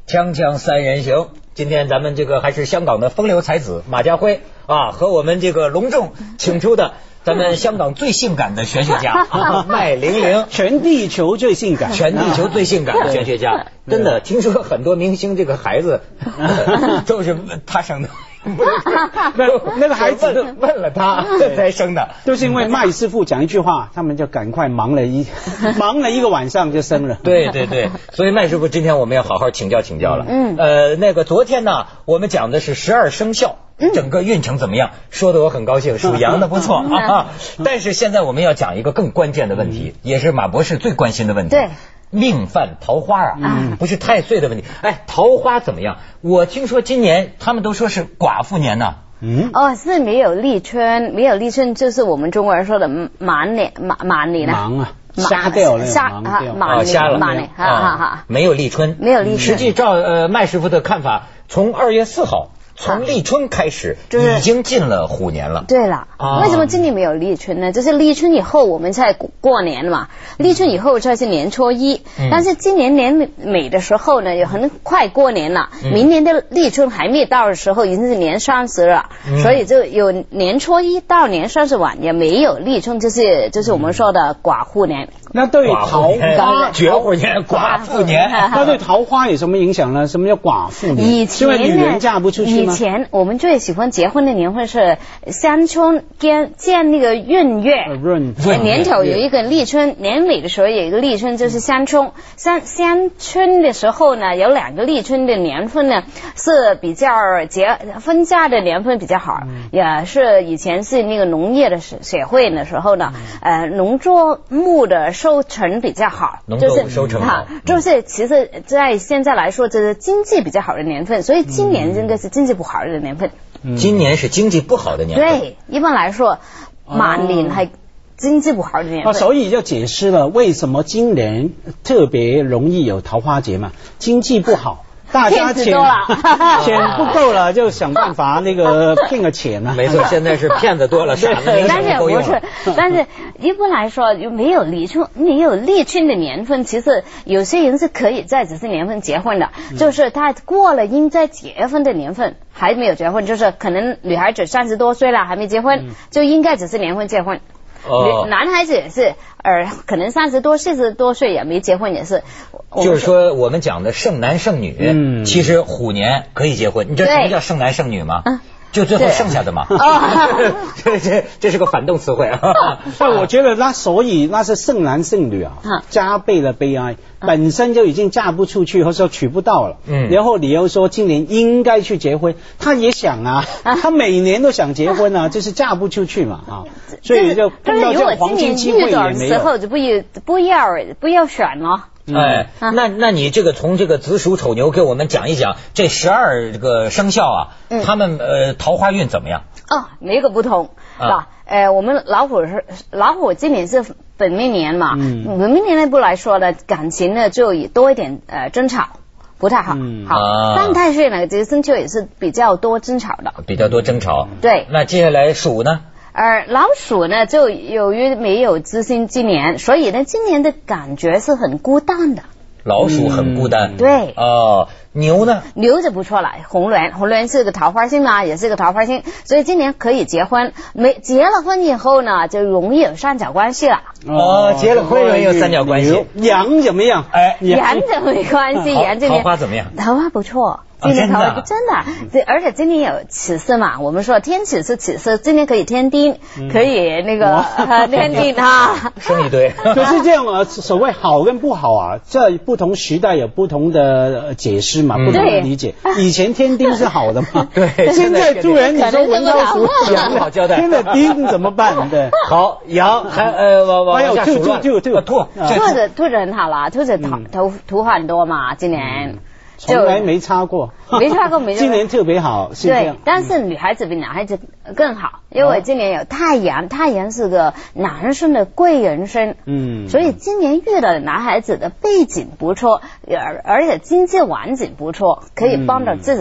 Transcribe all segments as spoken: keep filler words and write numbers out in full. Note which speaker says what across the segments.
Speaker 1: 锵锵三人行，今天咱们这个还是香港的风流才子马家辉啊，和我们这个隆重请出的咱们香港最性感的玄学家啊，麦玲玲，
Speaker 2: 全地球最性感，
Speaker 1: 全地球最性感的玄学家，真的听说很多明星这个孩子都是他生的。
Speaker 2: 那那个孩子
Speaker 1: 问问了他才生的，
Speaker 2: 都是因为麦师傅讲一句话，他们就赶快忙了一忙了一个晚上就生了。
Speaker 1: 对对对，所以麦师傅今天我们要好好请教请教了。嗯，呃，那个昨天呢，我们讲的是十二生肖。整个运程怎么样？说的我很高兴，属羊的不错啊。但是现在我们要讲一个更关键的问题，也是马博士最关心的问题。
Speaker 3: 对，
Speaker 1: 命犯桃花啊，嗯、不是太岁的问题。哎，桃花怎么样？我听说今年他们都说是寡妇年呢。
Speaker 3: 嗯，哦，是没有立春，没有立春就是我们中国人说的马年，马马年啊。
Speaker 2: 忙啊。瞎掉了，
Speaker 3: 瞎
Speaker 2: 啊，
Speaker 1: 啊，瞎了，
Speaker 3: 马年，哈哈哈，
Speaker 1: 没有立春，
Speaker 3: 没有立春。
Speaker 1: 实际照呃麦师傅的看法，从二月四号。从立春开始，已经进了虎年了。
Speaker 3: 对了，啊、为什么今年没有立春呢？就是立春以后我们才过年嘛，立春以后才是年初一。嗯、但是今年年尾的时候呢，有很快过年了，嗯、明年的立春还没到的时候，已经是年三十了，嗯、所以就有年初一到年三十晚也没有立春，就是就是我们说的寡妇年。
Speaker 2: 那对桃花、
Speaker 1: 绝户年、寡妇年，
Speaker 2: 那对桃花有什么影响呢？什么叫寡妇年？
Speaker 3: 以前
Speaker 2: 因为女人嫁不出去吗？
Speaker 3: 以前我们最喜欢结婚的年份是乡春见见那个闰月，
Speaker 2: 闰
Speaker 3: 年头有一个立春，年尾的时候有一个立春，就是乡春。乡乡春的时候呢，有两个立春的年份呢是比较结婚嫁的年份比较好，嗯、也是以前是那个农业的社会的时候呢，嗯、呃，农作物的收成比较好，
Speaker 1: 农作物收成好，
Speaker 3: 就是、就是其实在现在来说，这是经济比较好的年份，所以今年应该是经济不好的年份。
Speaker 1: 嗯、今年是经济不好的年份。
Speaker 3: 对，一般来说，马年还经济不好的年份。
Speaker 2: 啊，所以就解释了为什么今年特别容易有桃花节嘛，经济不好。大家钱钱不够了，就想办法那个骗个钱啊。
Speaker 1: 没错，现在是骗子多了，傻子没钱够用了。
Speaker 3: 但是不是，但是一般来说，没有立春，没有立春的年份，其实有些人是可以在子时年份结婚的，嗯、就是他过了应该结婚的年份还没有结婚，就是可能女孩子三十多岁了还没结婚，嗯、就应该只是年份结婚。哦、男孩子也是，呃，可能三十多、四十多岁也没结婚，也是。
Speaker 1: 就是说，我们讲的剩男剩女，嗯，其实虎年可以结婚。你知道什么叫剩男剩女吗？嗯，就最后剩下的嘛。这这这是个反动词汇啊。
Speaker 2: 但我觉得那所以那是剩男剩女啊，加倍的悲哀。本身就已经嫁不出去，或者说娶不到了，嗯，然后你又说今年应该去结婚，他也想啊，他每年都想结婚啊，就是嫁不出去嘛啊，所以就碰到这种黄金机会也没有。
Speaker 3: 时候就不要不要不要选了。
Speaker 1: 哎，那那你这个从这个子鼠丑牛给我们讲一讲这十二这个生肖啊，嗯、他们呃桃花运怎么样？
Speaker 3: 哦，每个不同啊。呃，我们老虎是老虎，今年是本命年嘛，嗯，本命年内部来说呢，感情呢就多一点呃争吵，不太好。嗯、好，犯太岁呢，这个生肖也是比较多争吵的，
Speaker 1: 比较多争吵。
Speaker 3: 对，
Speaker 1: 那接下来鼠呢？
Speaker 3: 而老鼠呢，就由于没有知心今年，所以呢，今年的感觉是很孤单的。
Speaker 1: 老鼠很孤单。
Speaker 3: 嗯、对。
Speaker 1: 哦，牛呢？
Speaker 3: 牛就不错了，红鸾，红鸾是个桃花星啊，也是个桃花星，所以今年可以结婚。没结了婚以后呢，就容易有三角关系了。
Speaker 1: 哦，结了婚容易有三角关系。
Speaker 2: 羊怎么样？
Speaker 1: 哎，
Speaker 3: 羊怎么没关系？羊这边
Speaker 1: 桃花怎么样？
Speaker 3: 桃花不错。今年桃花真的，这而且今年有起司嘛，我们说天起是起司，今年可以添丁，可以那个添丁啊，
Speaker 1: 生一堆。
Speaker 2: 可是这样啊，所谓好跟不好啊，在不同时代有不同的解释嘛，不同的理解。以前添丁是好的嘛，
Speaker 1: 对。
Speaker 2: 现在突然你说文刀鼠
Speaker 1: 羊不好交代，
Speaker 2: 添了丁怎么办？对。
Speaker 1: 好，羊还呃往往下数乱。
Speaker 2: 还有兔兔兔
Speaker 3: 兔，兔子兔子很好啦，兔子头头图很多嘛，今年。
Speaker 2: 从来没差过，
Speaker 3: 没差过，没差过。
Speaker 2: 今年特别好，是这样。
Speaker 3: 对，但是女孩子比男孩子更好，因为今年有太阳，太阳是个男生的贵人生，嗯，所以今年遇到的男孩子的背景不错，而而且经济环境不错，可以帮到自己的。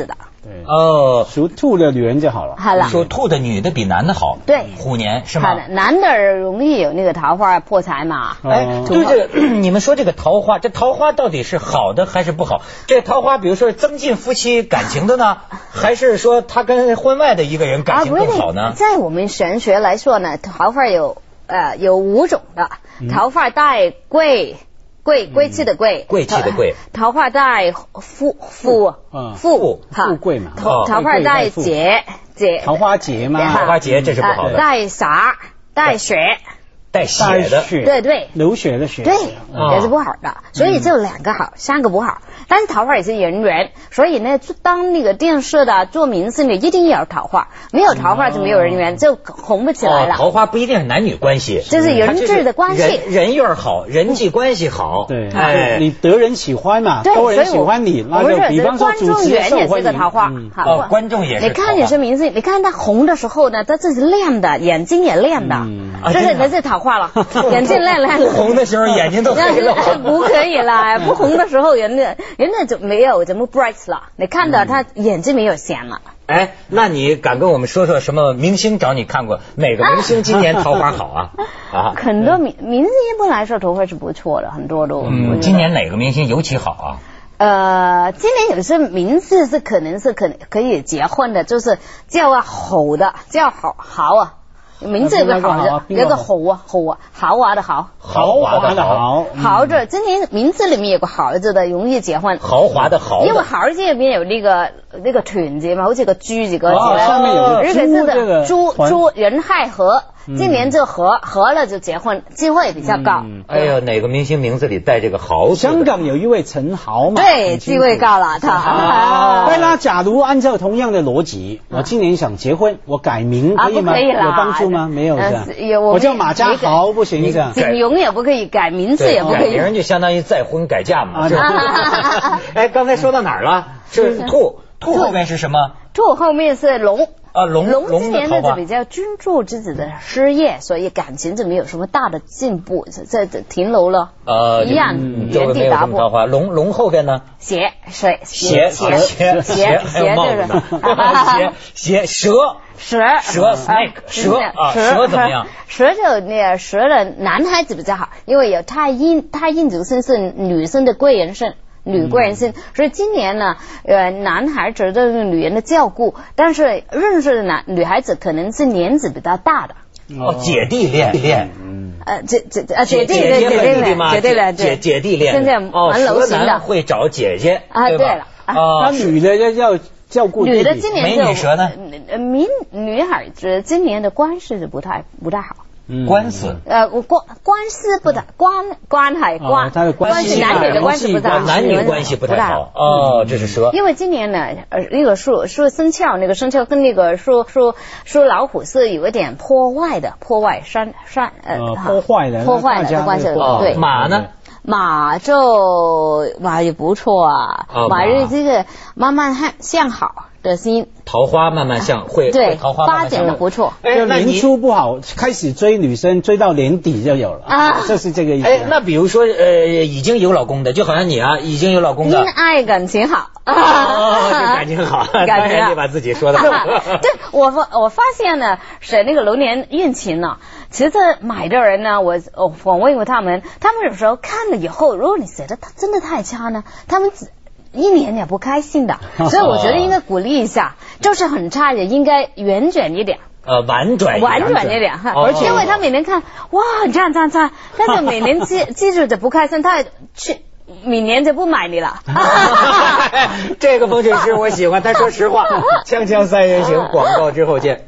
Speaker 2: 对哦，属兔的女人就好了。
Speaker 3: 好了，
Speaker 1: 属兔的女的比男的好。
Speaker 3: 对，
Speaker 1: 虎年是吗？
Speaker 3: 男的容易有那个桃花破财嘛。
Speaker 1: 哎，对这个，你们说这个桃花，这桃花到底是好的还是不好？这桃花，比如说增进夫妻感情的呢，还是说他跟婚外的一个人感情更好呢？
Speaker 3: 啊、在我们玄学来说呢，桃花有呃有五种的，桃花带贵。贵贵气的贵，
Speaker 1: 贵气的贵，
Speaker 3: 桃花带富富
Speaker 2: 富富贵嘛，
Speaker 3: 桃桃花带劫劫，
Speaker 2: 桃花劫嘛，
Speaker 1: 桃花劫这是不好的，
Speaker 3: 带啥带血。
Speaker 1: 带血的，
Speaker 3: 对对，
Speaker 2: 流血的血，
Speaker 3: 对，也是不好的。所以就两个好，三个不好。但是桃花也是人缘，所以呢，当那个电视的做明星的一定要有桃花，没有桃花就没有人缘，就红不起来了。
Speaker 1: 桃花不一定是男女关系，
Speaker 3: 这是人质的关系，
Speaker 1: 人缘好，人际关系好。
Speaker 2: 对，哎，你得人喜欢嘛，多人喜欢你，那就比方说主持人
Speaker 3: 也是个桃花，
Speaker 1: 好，观众也是。
Speaker 3: 你看有些明星，你看他红的时候呢，他这是亮的，眼睛也亮的，这是他是桃花了。眼睛亮亮的，
Speaker 1: 不红的时候眼睛都黑了，
Speaker 3: 不可以啦！不红的时候人家人家就没有怎么 bright 了，你看到他眼睛没有显了。
Speaker 1: 哎，那你敢跟我们说说什么明星找你看过？哪个明星今年桃花好啊？啊，
Speaker 3: 很多明明星一般来说桃花是不错的，很多都。
Speaker 1: 嗯，今年哪个明星尤其好啊？
Speaker 3: 呃，今年有些名字是可能是可可以结婚的，就是叫啊好的，叫好豪啊。名字有个好的，有个豪啊豪啊豪华的豪，
Speaker 1: 豪华的豪，
Speaker 3: 豪字今年名字里面有个豪字的，容易结婚。
Speaker 1: 豪华的豪，
Speaker 3: 因为豪字里面有那个那个豚字嘛，好似個豬字個字，
Speaker 2: 上面有個豬這個
Speaker 3: 豬豬人亥合。今年就合合了就结婚，机会比较高。
Speaker 1: 嗯、哎呦，哪个明星名字里带这个豪字？
Speaker 2: 香港有一位陈豪嘛，
Speaker 3: 对，机会高了他。
Speaker 2: 啊，对啦，假如按照同样的逻辑，我今年想结婚，我改名可以吗？
Speaker 3: 啊、可以啦，
Speaker 2: 有帮助吗？没有的。
Speaker 3: 呃、
Speaker 2: 我叫马家豪不行这样。
Speaker 3: 景荣也不可以改，名字也不可以。
Speaker 1: 改名就相当于再婚改嫁嘛。啊、哎，刚才说到哪儿了？是兔，兔后面是什么？
Speaker 3: 兔后面是龙。
Speaker 1: 啊，龙
Speaker 3: 龙今年呢就比较专注自己的事业，所以感情就没有什么大的进步，这这停留了，呃，一样原地踏步。
Speaker 1: 龙龙后边呢？
Speaker 3: 邪水
Speaker 1: 邪邪邪邪邪就是邪邪蛇
Speaker 3: 蛇
Speaker 1: 蛇 snake 蛇啊蛇怎么样？
Speaker 3: 蛇就那个蛇的男孩子比较好，因为有太阴太阴主星是女生的贵人星。女贵人星，所以今年呢，呃，男孩子对女人的照顾，但是认识的男女孩子可能是年纪比较大的。
Speaker 1: 哦，姐弟恋恋，
Speaker 3: 嗯，呃，姐姐呃姐弟恋姐弟恋姐弟恋
Speaker 1: 姐姐弟恋，
Speaker 3: 现在蛮流行的。
Speaker 1: 会找姐姐
Speaker 3: 啊，对了，
Speaker 2: 啊，那女的要要照顾
Speaker 3: 女的今年
Speaker 1: 美女蛇呢？
Speaker 3: 民女孩子今年的关系是不太不太好。
Speaker 1: 官司
Speaker 3: 呃，关关系不太关关系关，
Speaker 2: 他的关系
Speaker 3: 男女的关系不太好，
Speaker 1: 男女关系不太好哦，这是蛇。
Speaker 3: 因为今年呢，呃，那个属属生肖，那个生肖跟那个属属属老虎是有一点破坏的，破坏山山呃
Speaker 2: 破坏的
Speaker 3: 破坏的关系。对，
Speaker 1: 马呢？
Speaker 3: 马就马也不错啊，马日这个慢慢向向好的心。
Speaker 1: 桃花慢慢向会
Speaker 3: 对
Speaker 1: 桃花
Speaker 3: 发展的不错。
Speaker 2: 哎，年初不好，开始追女生，追到年底就有了啊，这是这个意思。
Speaker 1: 哎，那比如说呃，已经有老公的，就好像你啊，已经有老公的，
Speaker 3: 因爱感情好
Speaker 1: 哦，这感情好，当然你把自己说的。
Speaker 3: 对，我发我发现呢，是那个流年运情呢，其实买的人呢，我我访问过他们，他们有时候看了以后，如果你写的他真的太差呢，他们只。一年也不开心的，所以我觉得应该鼓励一下，就是很差也应该圆转一点，
Speaker 1: 呃，婉转
Speaker 3: 婉转一点哈，而且因为他每年看哇这样这样这样，但是每年记记住就不开心，他去明年就不买你了。
Speaker 1: 这个风水师我喜欢，他说实话。锵锵三人行，广告之后见。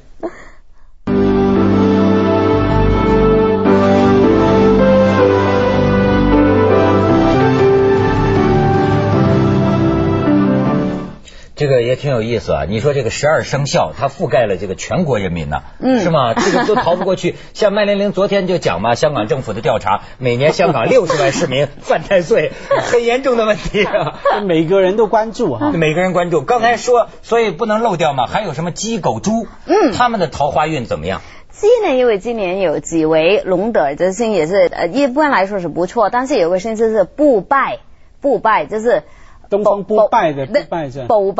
Speaker 1: 这个也挺有意思啊！你说这个十二生肖，它覆盖了这个全国人民呐、啊，嗯、是吗？这个都逃不过去。像麦玲玲昨天就讲嘛，香港政府的调查，每年香港六十万市民犯太岁，很严重的问题、啊，
Speaker 2: 每个人都关注哈、啊，
Speaker 1: 每个人关注。刚才说，所以不能漏掉嘛。还有什么鸡、狗、猪，嗯，他们的桃花运怎么样？
Speaker 3: 鸡呢，因为今年有几为龙德之星，也是呃一般来说是不错，但是有个星就是不败，不败就是。
Speaker 2: 东方不败的不败是
Speaker 3: 不败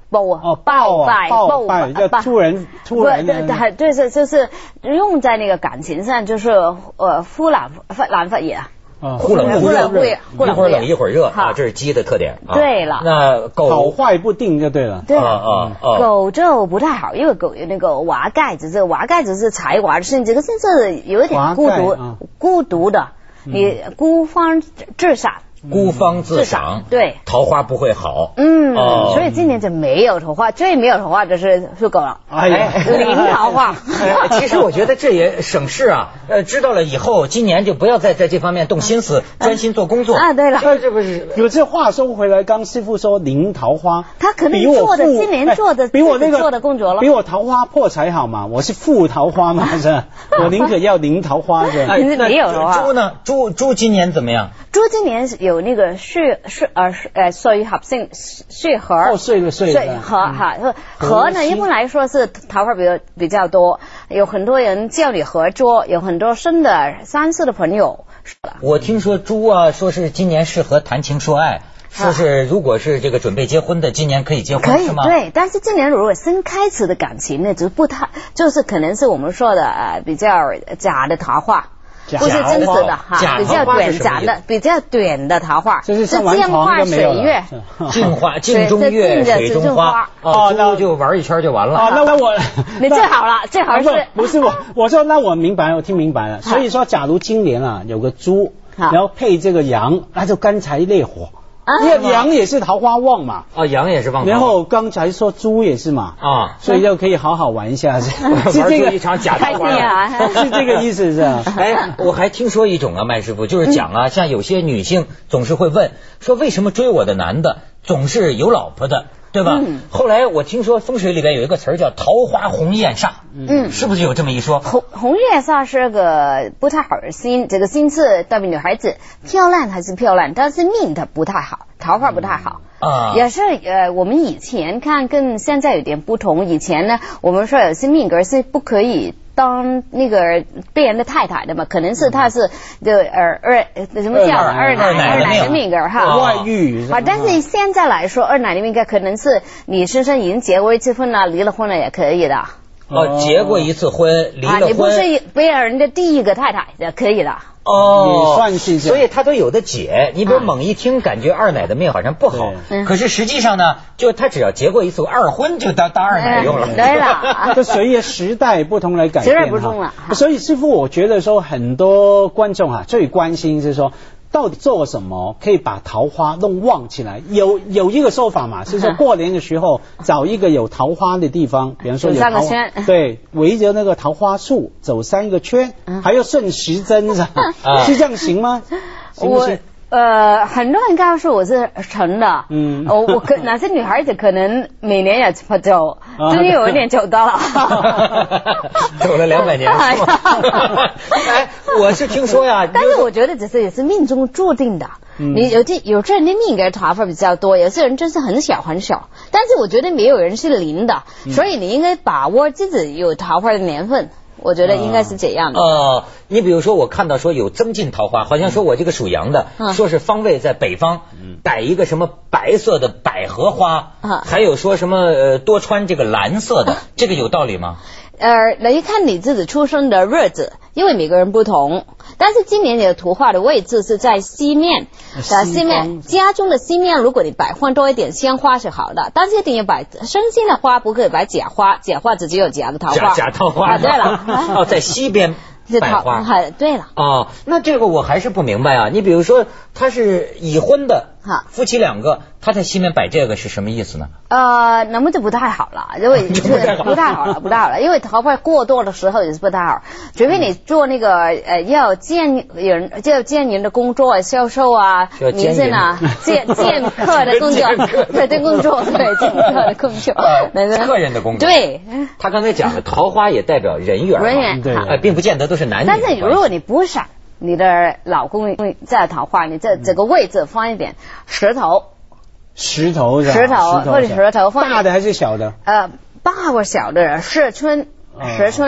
Speaker 3: 报啊，
Speaker 2: 哦报啊报
Speaker 3: 拜，
Speaker 2: 就突然突然的，
Speaker 3: 对对对，就是用在那个感情上，就是呃忽冷忽冷忽热。
Speaker 1: 啊，忽冷忽热，一会儿冷一会儿热啊，这是鸡的特点。
Speaker 3: 对了，
Speaker 1: 那狗
Speaker 2: 好坏不定就对了。
Speaker 3: 对啊啊，狗就不太好，因为狗有那个娃盖子，这娃盖子是才华的性，这个性质有点孤独，孤独的，你孤芳自赏。
Speaker 1: 孤芳自赏，
Speaker 3: 对，
Speaker 1: 桃花不会好。
Speaker 3: 嗯，哦、所以今年就没有桃花，最没有桃花就是属狗了。
Speaker 2: 哎呀，
Speaker 3: 零桃花。
Speaker 1: 其实我觉得这也省事啊。呃，知道了以后，今年就不要再在这方面动心思，嗯、专心做工作。
Speaker 3: 啊，对了，
Speaker 1: 这这不是
Speaker 2: 有这话说回来，刚师傅说零桃花，
Speaker 3: 他可能做的今年做的、
Speaker 2: 哎、比我那个
Speaker 3: 做的工作了，
Speaker 2: 比我桃花破财好嘛？我是负桃花嘛，是我宁可要零桃花的。
Speaker 3: 哎，没有的话。
Speaker 1: 猪呢？猪猪今年怎么样？
Speaker 3: 猪今年有那个是。是呃呃岁合性岁合
Speaker 2: 哦岁的岁
Speaker 3: 岁合哈合呢一般来说是桃花比较比较多，有很多人叫你合作，有很多生的三四的朋友。
Speaker 1: 我听说猪啊，说是今年适合谈情说爱。说是如果是这个准备结婚的，今年可以结婚
Speaker 3: 可以
Speaker 1: 是吗？
Speaker 3: 对，但是今年如果新开始的感情呢，就不太就是可能是我们说的呃比较假的桃花。不是真实的哈，比较短暂的，比较短的桃花，
Speaker 2: 是
Speaker 3: 镜花水月，
Speaker 1: 镜花镜中月水中花，哦，那就玩一圈就完了。
Speaker 2: 哦，那我
Speaker 3: 你最好了，最好是
Speaker 2: 不是我？我说那我明白，我听明白了。所以说，假如今年啊有个猪，然后配这个羊，那就干柴烈火。因为羊也是桃花旺嘛，
Speaker 1: 啊，羊也是旺。
Speaker 2: 然后刚才说猪也是嘛，啊，所以就可以好好玩一下，是
Speaker 1: 这个一场假桃花，
Speaker 2: 是这个意思是吧？
Speaker 1: 哎，我还听说一种啊，麦师傅就是讲啊，像有些女性总是会问说，为什么追我的男的总是有老婆的？对吧？嗯、后来我听说风水里边有一个词儿叫桃花红艳煞，嗯，是不是有这么一说？
Speaker 3: 红红艳煞是个不太好的星，这个星字代表女孩子漂亮还是漂亮，但是命它不太好，桃花不太好。啊，也是呃，我们以前看跟现在有点不同。以前呢，我们说有些命格是不可以当那个别人的太太的嘛，可能是他是就二二什么叫二奶二奶的命格哈，
Speaker 2: 外遇
Speaker 3: 啊。但是现在来说，二奶的命格可能是你身上已经结过一次婚了，离了婚了也可以的。
Speaker 1: 哦，结过一次婚，离了婚，
Speaker 3: 你不是别人的第一个太太也可以的。
Speaker 1: 哦，
Speaker 2: 算是
Speaker 1: 所以他都有的解。你比如猛一听，感觉二奶的命好像不好，可是实际上呢，就他只要结过一次二婚，就当当二奶用了。
Speaker 3: 对了，
Speaker 2: 这随着时代不同来改变，
Speaker 3: 时代不同了。
Speaker 2: 所以师傅，我觉得说很多观众啊最关心是说，到底做什么可以把桃花弄旺起来？有有一个说法嘛，是说过年的时候找一个有桃花的地方，比方说有桃花，对，围着那个桃花树走三个圈，还要顺时针，是吧？是这样行吗？行不行？
Speaker 3: 呃，很多人告诉我是成的，嗯，我我可哪些女孩子可能每年也不走，终于有一点走到了，
Speaker 1: 走了两百年是吗？哎，我是听说呀，
Speaker 3: 但是我觉得只是也是命中注定的。你有这有这人的命格桃花比较多，有些人真是很小很小，但是我觉得没有人是零的，所以你应该把握自己有桃花的年份。我觉得应该是这样的。
Speaker 1: 呃，你比如说，我看到说有增进桃花，好像说我这个属羊的，嗯、说是方位在北方，摆一个什么白色的百合花，嗯、还有说什么呃多穿这个蓝色的，这个有道理吗？
Speaker 3: 呃，来看你自己出生的日子，因为每个人不同。但是今年你的图画的位置是在西面，呃，西面家中的西面，如果你摆放多一点鲜花是好的，但是一定要摆生鲜的花，不可以摆假花，假花只有假的桃花。
Speaker 1: 假假桃花。
Speaker 3: 啊，对了，
Speaker 1: 哦，在西边摆花。
Speaker 3: 对了。
Speaker 1: 哦，那这个我还是不明白啊。你比如说，他是已婚的夫妻两个，他在西面摆这个是什么意思呢？
Speaker 3: 呃，那么就不太好了，因为不太好，不太好了，不太好了，因为桃花过多的时候也是不太好。除非你做那个呃要见人，要见人的工作，销售啊，名声啊，见见客的工作，对对工作，对见客的工作，
Speaker 1: 客人的工作。
Speaker 3: 对，
Speaker 1: 他刚才讲的桃花也代表人缘，
Speaker 3: 人缘
Speaker 2: 对，
Speaker 1: 呃，并不见得都是男女。
Speaker 3: 但是如果你不想你的老公在桃花，你这这个位置放一点石头。
Speaker 2: 石头
Speaker 3: 石头或者石头放
Speaker 2: 大的还是小的？
Speaker 3: 呃，大或小的石春，石春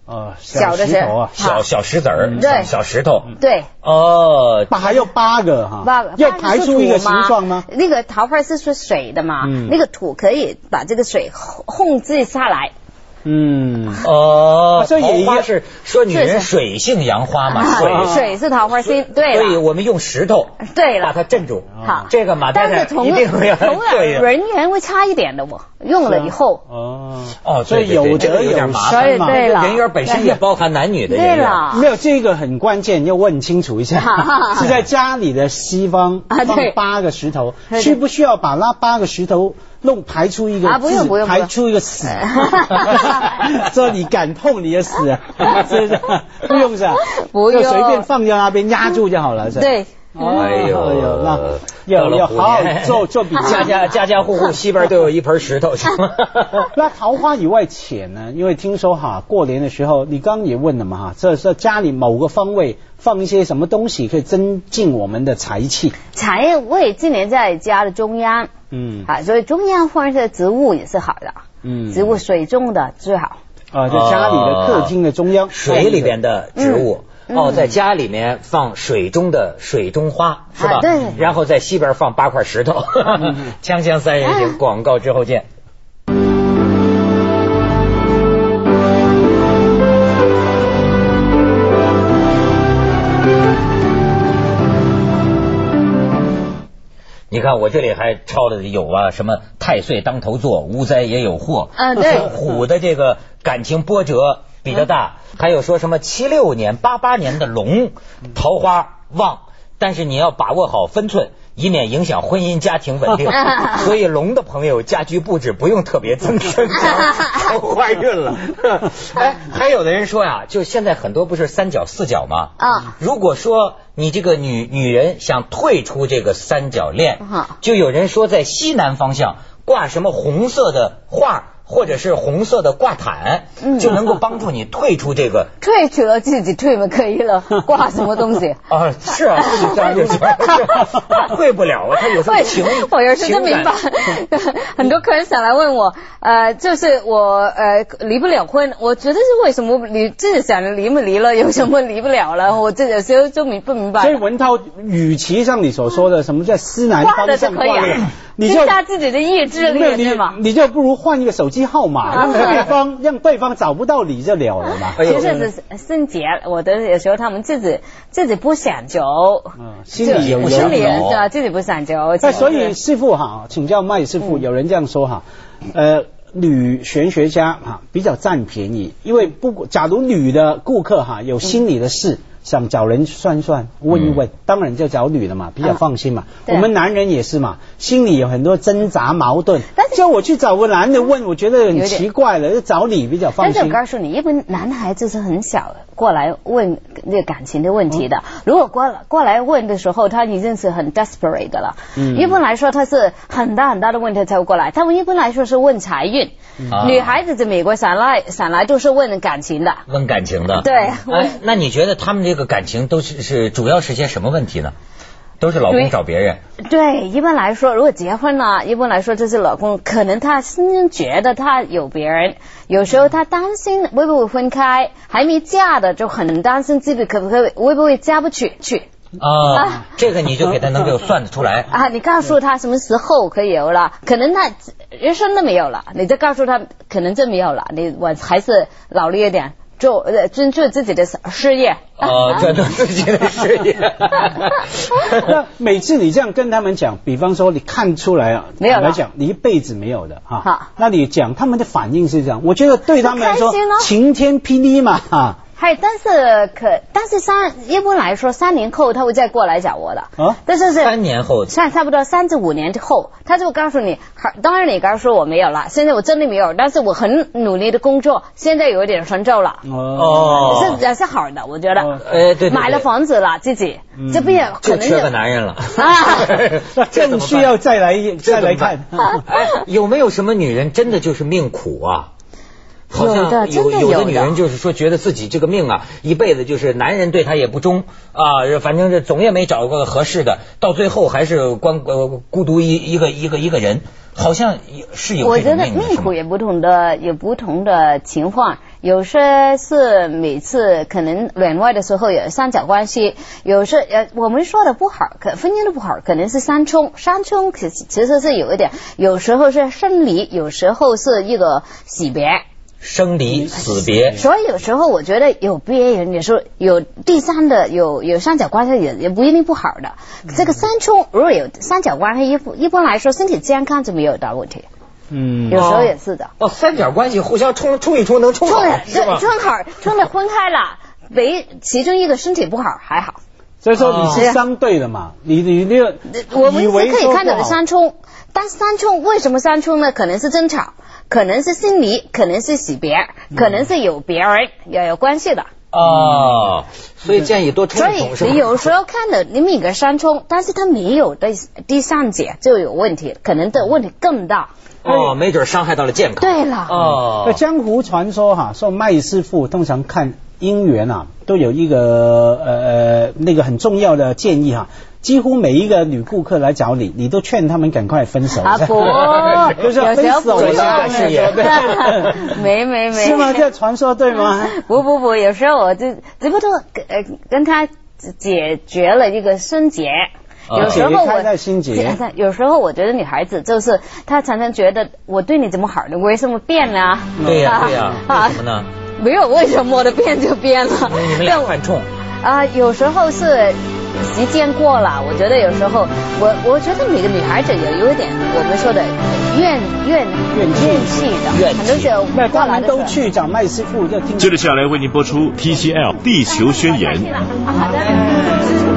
Speaker 2: 哦，
Speaker 3: 小的
Speaker 2: 石头啊，
Speaker 1: 小小石子儿，
Speaker 3: 对，
Speaker 1: 小石头，
Speaker 3: 对。
Speaker 1: 哦，
Speaker 2: 还有八个哈，
Speaker 3: 八个
Speaker 2: 要排出一个形状吗？
Speaker 3: 那个桃花是是水的嘛，
Speaker 2: 嗯、
Speaker 3: 那个土可以把这个水控制下来。
Speaker 2: 嗯，
Speaker 1: 哦，
Speaker 2: 所以
Speaker 1: 桃花是说女人水性杨花嘛，水
Speaker 3: 水是桃花心，对，
Speaker 1: 所以我们用石头
Speaker 3: 对了
Speaker 1: 把它镇住。
Speaker 3: 好，
Speaker 1: 这个马太太一定要
Speaker 3: 对，人缘会差一点的，我用了以后。
Speaker 2: 哦
Speaker 1: 哦，
Speaker 2: 所以有得有点麻烦嘛。
Speaker 3: 对了，
Speaker 1: 人缘本身也包含男女的。
Speaker 3: 对了，
Speaker 2: 没有这个很关键，要问清楚一下，是在家里的西方放八个石头，需不需要把那八个石头弄排出一个
Speaker 3: 啊？不用不用，
Speaker 2: 排出一个死，说你敢碰你的死，是不是？不用是吧？
Speaker 3: 不用，
Speaker 2: 就随便放在那边压住就好了，是吧？
Speaker 3: 对。
Speaker 1: 哎呦，
Speaker 2: 那要要好好做做比
Speaker 1: 家家家家户户西边都有一盆石头。
Speaker 2: 那桃花以外钱呢？因为听说哈，过年的时候你刚刚也问了嘛哈，这是家里某个方位放一些什么东西可以增进我们的财气。
Speaker 3: 财位今年在家的中央，嗯，啊，所以中央放的植物也是好的，嗯，植物水中的最好。
Speaker 2: 啊，就家里的客厅的中央，
Speaker 1: 水里边的植物。哦，在家里面放水中的水中花是吧？
Speaker 3: 对。
Speaker 1: 然后在西边放八块石头。锵锵三人行，广告之后见。你看我这里还抄的有啊，什么太岁当头坐，无灾也有祸。
Speaker 3: 嗯，对。
Speaker 1: 虎的这个感情波折比较大，还有说什么七六年、八八年的龙桃花旺，但是你要把握好分寸，以免影响婚姻家庭稳定。所以龙的朋友家居布置不用特别增生桃花运了。哎，还有的人说呀，就现在很多不是三角四角吗？啊，如果说你这个女女人想退出这个三角恋，就有人说在西南方向挂什么红色的画，或者是红色的挂毯，嗯、就能够帮助你退出这个。
Speaker 3: 退出了自己退嘛可以了，挂什么东西？
Speaker 1: 啊，是啊，自己这样就行。退不了啊，他有时候情。
Speaker 3: 我有时真明白，很多客人想来问我，呃，就是我呃离不了婚，我觉得是为什么离自己想离不离了，有什么离不了了？我这有时候就明不明白。
Speaker 2: 所以文涛，与其像你所说的什么叫西南方向挂的，
Speaker 3: 你就下自己的意志力对吗？
Speaker 2: 你就不如换一个手机号码，让对方让对方找不到你就了了嘛。
Speaker 3: 其实是心结，我的有时候他们自己自己不想走，
Speaker 2: 嗯，心里有
Speaker 3: 心里人对自己不想走。
Speaker 2: 那所以师父哈，请教麦师傅，有人这样说哈，呃，女玄学家哈比较占便宜，因为不，假如女的顾客哈有心理的事。想找人算算问一问，嗯、当然就找女的嘛，比较放心嘛。啊、我们男人也是嘛，心里有很多挣扎矛盾。叫我去找个男的问，我觉得很奇怪了，就找你比较放心。
Speaker 3: 但是我告诉你，一般男孩子是很小过来问这个感情的问题的。嗯、如果过来过来问的时候，他已经是很 desperate 的了。嗯、一般来说，他是很大很大的问题才会过来。他们一般来说是问财运。嗯、女孩子在美国上来上来都是问感情的。
Speaker 1: 问感情的。
Speaker 3: 对。
Speaker 1: 哎，那你觉得他们这个感情都是是主要是些什么问题呢？都是老公找别人。
Speaker 3: 对，一般来说，如果结婚了，一般来说就是老公可能他心觉得他有别人，有时候他担心会不会分开，还没嫁的就很担心自己可不可以会不会嫁不去去。
Speaker 1: 啊，啊这个你就给他能够算得出来
Speaker 3: 啊！你告诉他什么时候可以有了，可能他人生都没有了，你再告诉他可能真没有了，你我还是劳力一点。做呃专注自己的事业
Speaker 1: 哦，专注自己的事业。
Speaker 2: 那每次你这样跟他们讲，比方说你看出来啊，
Speaker 3: 没有
Speaker 2: 来讲你一辈子没有的哈，好，那你讲他们的反应是这样，我觉得对他们来说晴天霹雳嘛哈。
Speaker 3: 还但是可但是三一般来说三年后他会再过来找我的啊，但是是
Speaker 1: 三年后，
Speaker 3: 差差不多三至五年后，他就告诉你，当然你告诉我没有了，现在我真的没有，但是我很努力的工作，现在有一点成就了哦，是也是好的，我觉得，
Speaker 1: 哎对对，
Speaker 3: 买了房子了自己，这不也可能
Speaker 1: 就缺个男人了
Speaker 2: 啊，正需要再来再来看，
Speaker 1: 哎，有没有什么女人真的就是命苦啊？好像有有的女人就是说觉得自己这个命啊，一辈子就是男人对她也不忠啊，反正这总也没找个合适的，到最后还是光呃孤独一一个一个一个人，好像是有这种命的。
Speaker 3: 我觉得命苦也不同的有不同的情况， 有些是每次可能恋爱的时候有三角关系，有时呃我们说的不好，可婚姻的不好，可能是三冲，三冲其其实是有一点，有时候是生离，有时候是一个死别。
Speaker 1: 生离死别，
Speaker 3: 所以有时候我觉得有别人，有时候有第三的，有有三角关系也也不一定不好的。这个三冲如果有三角关系，一一般来说身体健康就没有大问题。嗯，有时候也是的。
Speaker 1: 哦，三角关系互相冲冲一冲能冲好，是吧？
Speaker 3: 冲好，冲的分开了，没其中一个身体不好还好。
Speaker 2: 所以说你是相对的嘛，你你那个
Speaker 3: 我们是可以看到的三冲，但三冲为什么三冲呢？可能是争吵。可能是心离，可能是死别，可能是有别人也有关系的。
Speaker 1: 哦，所以建议多冲一冲。
Speaker 3: 所以有时候看的你每个三冲，但是他没有第第三节就有问题，可能的问题更大。
Speaker 1: 哦，没准伤害到了健康。
Speaker 3: 对了。
Speaker 2: 哦，江湖传说哈，说麦师傅通常看姻缘啊，都有一个呃呃那个很重要的建议哈。几乎每一个女顾客来找你，你都劝他们赶快分手。
Speaker 3: 啊不，
Speaker 2: 就是要分手
Speaker 3: 了，
Speaker 2: 事业。
Speaker 3: 没没没。
Speaker 2: 是吗？这传说对吗？
Speaker 3: 不不不，有时候我就只不过呃跟他解决了一个心结。有时候我
Speaker 2: 心结，
Speaker 3: 有时候我觉得女孩子就是她常常觉得我对你这么好的，为什么变呢？
Speaker 1: 对呀对呀，为什么呢？
Speaker 3: 没有为什么的，变就变了。
Speaker 1: 你们俩犯冲
Speaker 3: 啊，有时候是。时间过了，我觉得有时候，我我觉得每个女孩子也有一点我们说的怨怨
Speaker 2: 怨气
Speaker 3: 的，很多时候
Speaker 2: 那他们都去找麦师傅，就听。
Speaker 4: 接着下来为您播出 T C L 地球宣言。
Speaker 3: 好的。